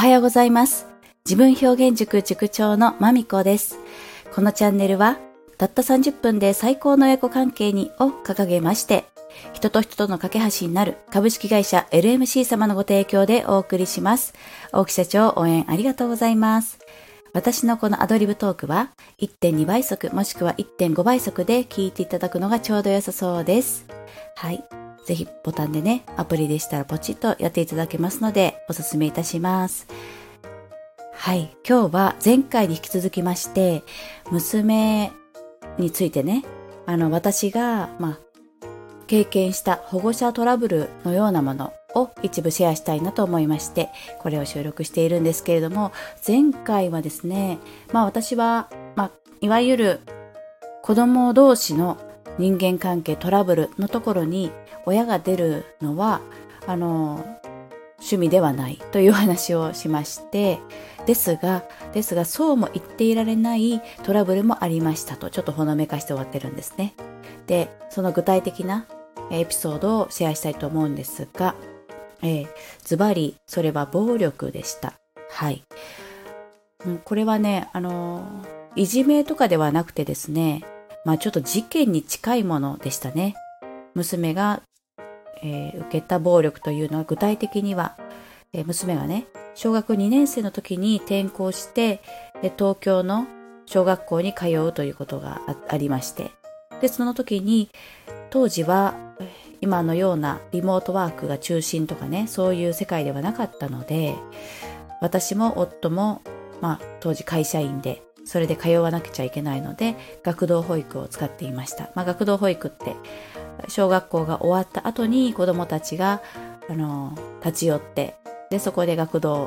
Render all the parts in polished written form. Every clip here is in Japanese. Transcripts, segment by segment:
はようございます。自分表現塾塾長のまみこです。このチャンネルはたった30分で最高の親子関係にを掲げまして、人と人との架け橋になる株式会社 LMC 様のご提供でお送りします。大木社長、応援ありがとうございます。私のこのアドリブトークは 1.2 倍速もしくは 1.5 倍速で聞いていただくのがちょうど良さそうです。はい。ぜひボタンでね、アプリでしたらポチッとやっていただけますのでお勧めいたします。はい。今日は前回に引き続きまして、娘についてね、私が、経験した保護者トラブルのようなものを一部シェアしたいなと思いまして、これを収録しているんですけれども、前回はですね、私は、いわゆる子供同士の人間関係トラブルのところに親が出るのは趣味ではないという話をしまして、ですがそうも言っていられないトラブルもありましたと、ちょっとほのめかして終わってるんですね。で、その具体的なエピソードをシェアしたいと思うんですが、ズバリそれは暴力でした。はい。これはね、いじめとかではなくてですね、ちょっと事件に近いものでしたね。娘が受けた暴力というのは具体的には、娘がね、小学2年生の時に転校して東京の小学校に通うということが ありまして、でその時に当時は今のようなリモートワークが中心とかね、そういう世界ではなかったので、私も夫も、当時会社員でそれで通わなくちゃいけないので学童保育を使っていました。学童保育って小学校が終わった後に子どもたちが立ち寄って、でそこで学童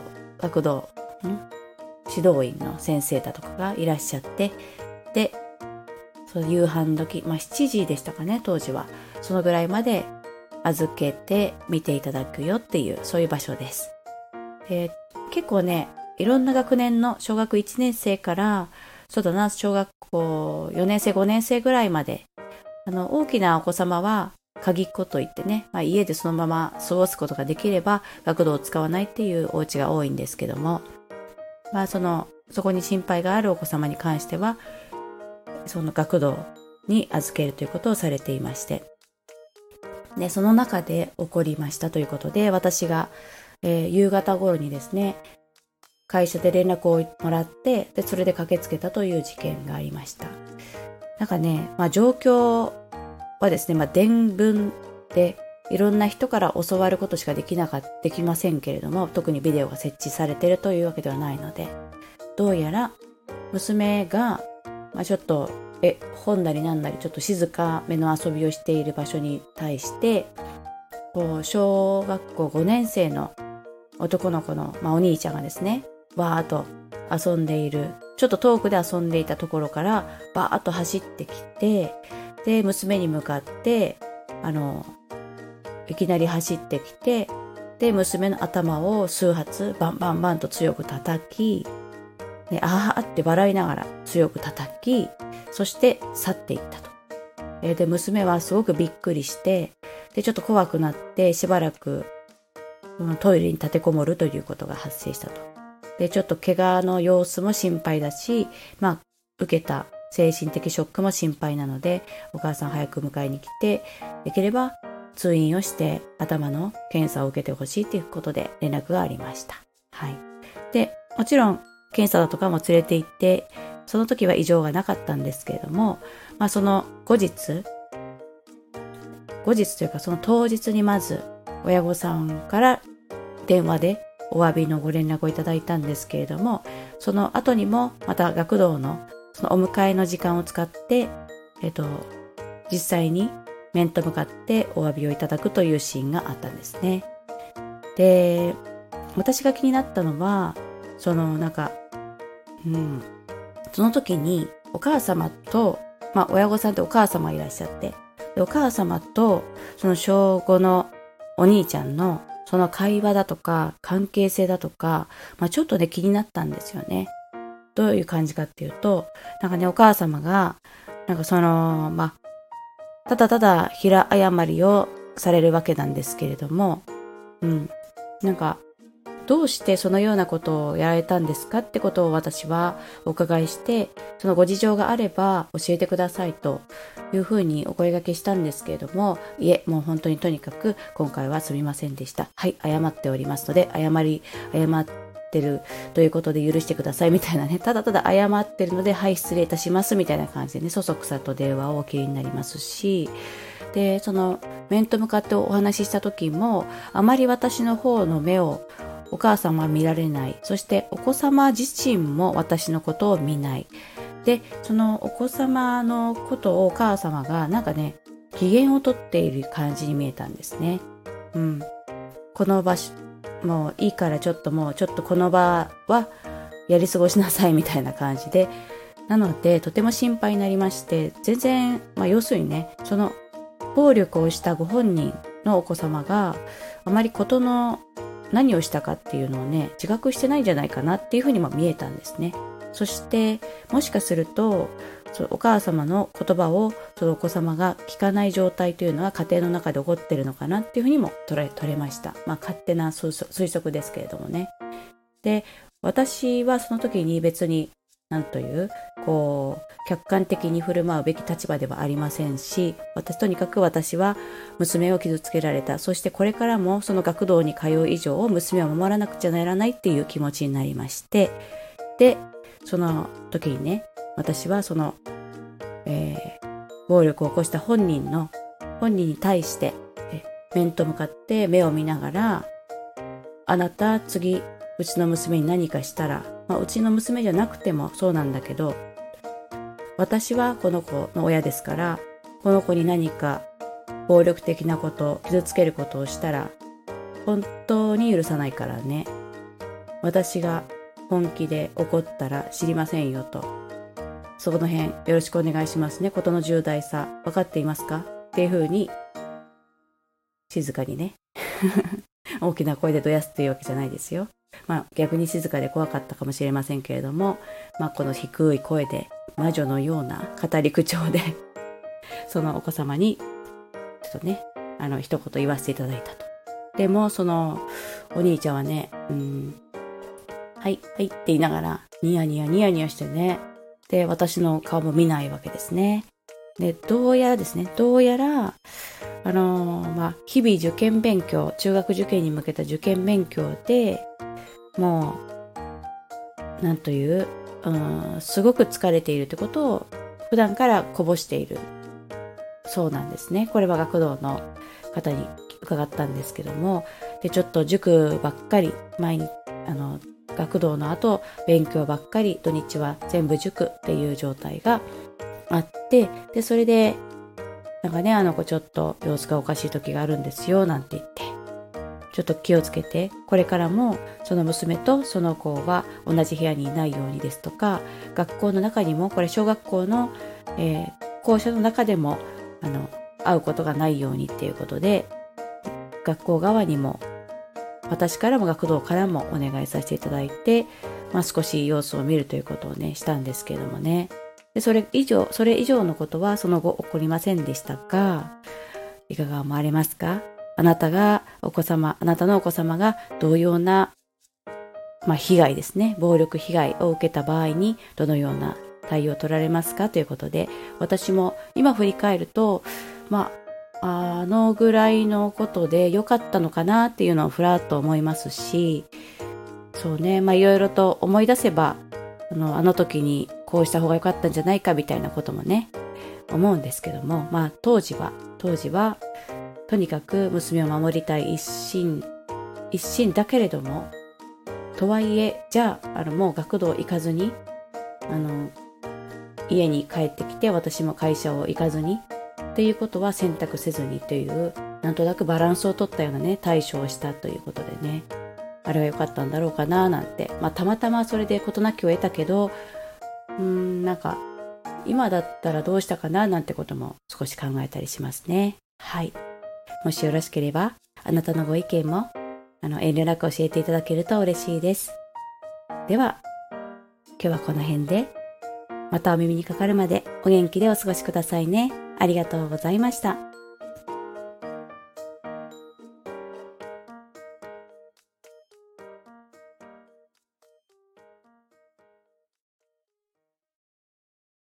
指導員の先生だとかがいらっしゃって、でその夕飯時、7時でしたかね、当時はそのぐらいまで預けて見ていただくよっていう、そういう場所です。で結構ね、いろんな学年の小学1年生から小学校4年生5年生ぐらいまで、大きなお子様は鍵っ子といってね、家でそのまま過ごすことができれば学童を使わないっていうお家が多いんですけども、そこに心配があるお子様に関してはその学童に預けるということをされていまして、でその中で起こりましたということで、私が、夕方頃にですね、会社で連絡をもらって、でそれで駆けつけたという事件がありました。なんかね、状況はですね、伝聞でいろんな人から教わることしかできませんけれども、特にビデオが設置されているというわけではないので、どうやら娘が、ちょっと本なりなんなりちょっと静かめの遊びをしている場所に対して、小学校5年生の男の子の、お兄ちゃんがですね、わーっと遊んでいる、ちょっと遠くで遊んでいたところからバーッと走ってきて、で娘に向かっていきなり走ってきて、で娘の頭を数発バンバンバンと強く叩き、であーって笑いながら強く叩き、そして去っていったと。で娘はすごくびっくりして、でちょっと怖くなってしばらくトイレに立てこもるということが発生したと。でちょっと怪我の様子も心配だし、受けた精神的ショックも心配なので、お母さん早く迎えに来て、できれば通院をして頭の検査を受けてほしいということで連絡がありました。はい。でもちろん検査だとかも連れて行って、その時は異常がなかったんですけれども、その後日というかその当日にまず親御さんから電話でお詫びのご連絡をいただいたんですけれども、その後にもまた学童のそのお迎えの時間を使って、実際に面と向かってお詫びをいただくというシーンがあったんですね。で、私が気になったのは、その時にお母様と、親御さんってお母様いらっしゃって、でお母様とその小5のお兄ちゃんのその会話だとか関係性だとか、ちょっとね気になったんですよね。どういう感じかっていうと、お母様がただただ平謝りをされるわけなんですけれども、 どうしてそのようなことをやられたんですかってことを私はお伺いして、そのご事情があれば教えてくださいというふうにお声掛けしたんですけれども、いえ、もう本当にとにかく今回はすみませんでした。はい、謝っておりますので、謝ってるということで許してくださいみたいなね、ただただ謝ってるので、はい、失礼いたしますみたいな感じでね、そそくさと電話をお切りになりますし、で、その面と向かってお話しした時も、あまり私の方の目をお母様は見られない。そしてお子様自身も私のことを見ない。で、そのお子様のことをお母様がなんかね、機嫌をとっている感じに見えたんですね。この場所、もういいからちょっとこの場はやり過ごしなさいみたいな感じで。なので、とても心配になりまして、全然、要するにね、その暴力をしたご本人のお子様があまりことの何をしたかっていうのをね、自覚してないんじゃないかなっていうふうにも見えたんですね。そしてもしかするとお母様の言葉をそのお子様が聞かない状態というのは家庭の中で起こっているのかなっていうふうにも取れました。勝手な推測ですけれどもね。で、私はその時に別に客観的に振る舞うべき立場ではありませんし、とにかく私は娘を傷つけられた。そしてこれからもその学童に通う以上娘を守らなくちゃならないっていう気持ちになりまして、で、その時にね、私はその、暴力を起こした本人に対して面と向かって目を見ながら、あなた次うちの娘に何かしたら、うちの娘じゃなくてもそうなんだけど、私はこの子の親ですから、この子に何か暴力的なこと、傷つけることをしたら本当に許さないからね。私が本気で怒ったら知りませんよと。そこの辺よろしくお願いしますね。ことの重大さ分かっていますかっていうふうに静かにね大きな声でどやすっていうわけじゃないですよ。逆に静かで怖かったかもしれませんけれども、この低い声で魔女のような語り口調でそのお子様にちょっとね、一言言わせていただいたと。でもそのお兄ちゃんはね、はいはいって言いながらニヤニヤしてね、で私の顔も見ないわけですね。で、どうやら日々受験勉強、中学受験に向けた受験勉強でもうすごく疲れているってことを普段からこぼしているそうなんですね。これは学童の方に伺ったんですけども、でちょっと塾ばっかり毎日学童の後勉強ばっかり、土日は全部塾っていう状態があって、でそれであの子ちょっと様子がおかしい時があるんですよなんて言って、ちょっと気をつけて、これからもその娘とその子は同じ部屋にいないようにですとか、学校の中にもこれ小学校の、校舎の中でも会うことがないようにっていうことで、学校側にも私からも学童からもお願いさせていただいて、少し様子を見るということをねしたんですけれどもね。でそれ以上のことはその後起こりませんでしたが、いかが思われますか？あなたのお子様が同様な、被害ですね、暴力被害を受けた場合にどのような対応を取られますかということで、私も今振り返ると、あのぐらいのことで良かったのかなっていうのをふらっと思いますし、そうね、いろいろと思い出せば、あの時にこうした方が良かったんじゃないかみたいなこともね思うんですけども、当時はとにかく娘を守りたい一心だけれども、とはいえじゃあ、もう学童行かずに家に帰ってきて、私も会社を行かずにっていうことは選択せずにという、なんとなくバランスを取ったようなね対処をしたということでね、あれは良かったんだろうかななんて、たまたまそれで事なきを得たけど、今だったらどうしたかななんてことも少し考えたりしますね。はい。もしよろしければあなたのご意見も遠慮なく教えていただけると嬉しいです。では今日はこの辺で、またお耳にかかるまでお元気でお過ごしくださいね。ありがとうございました。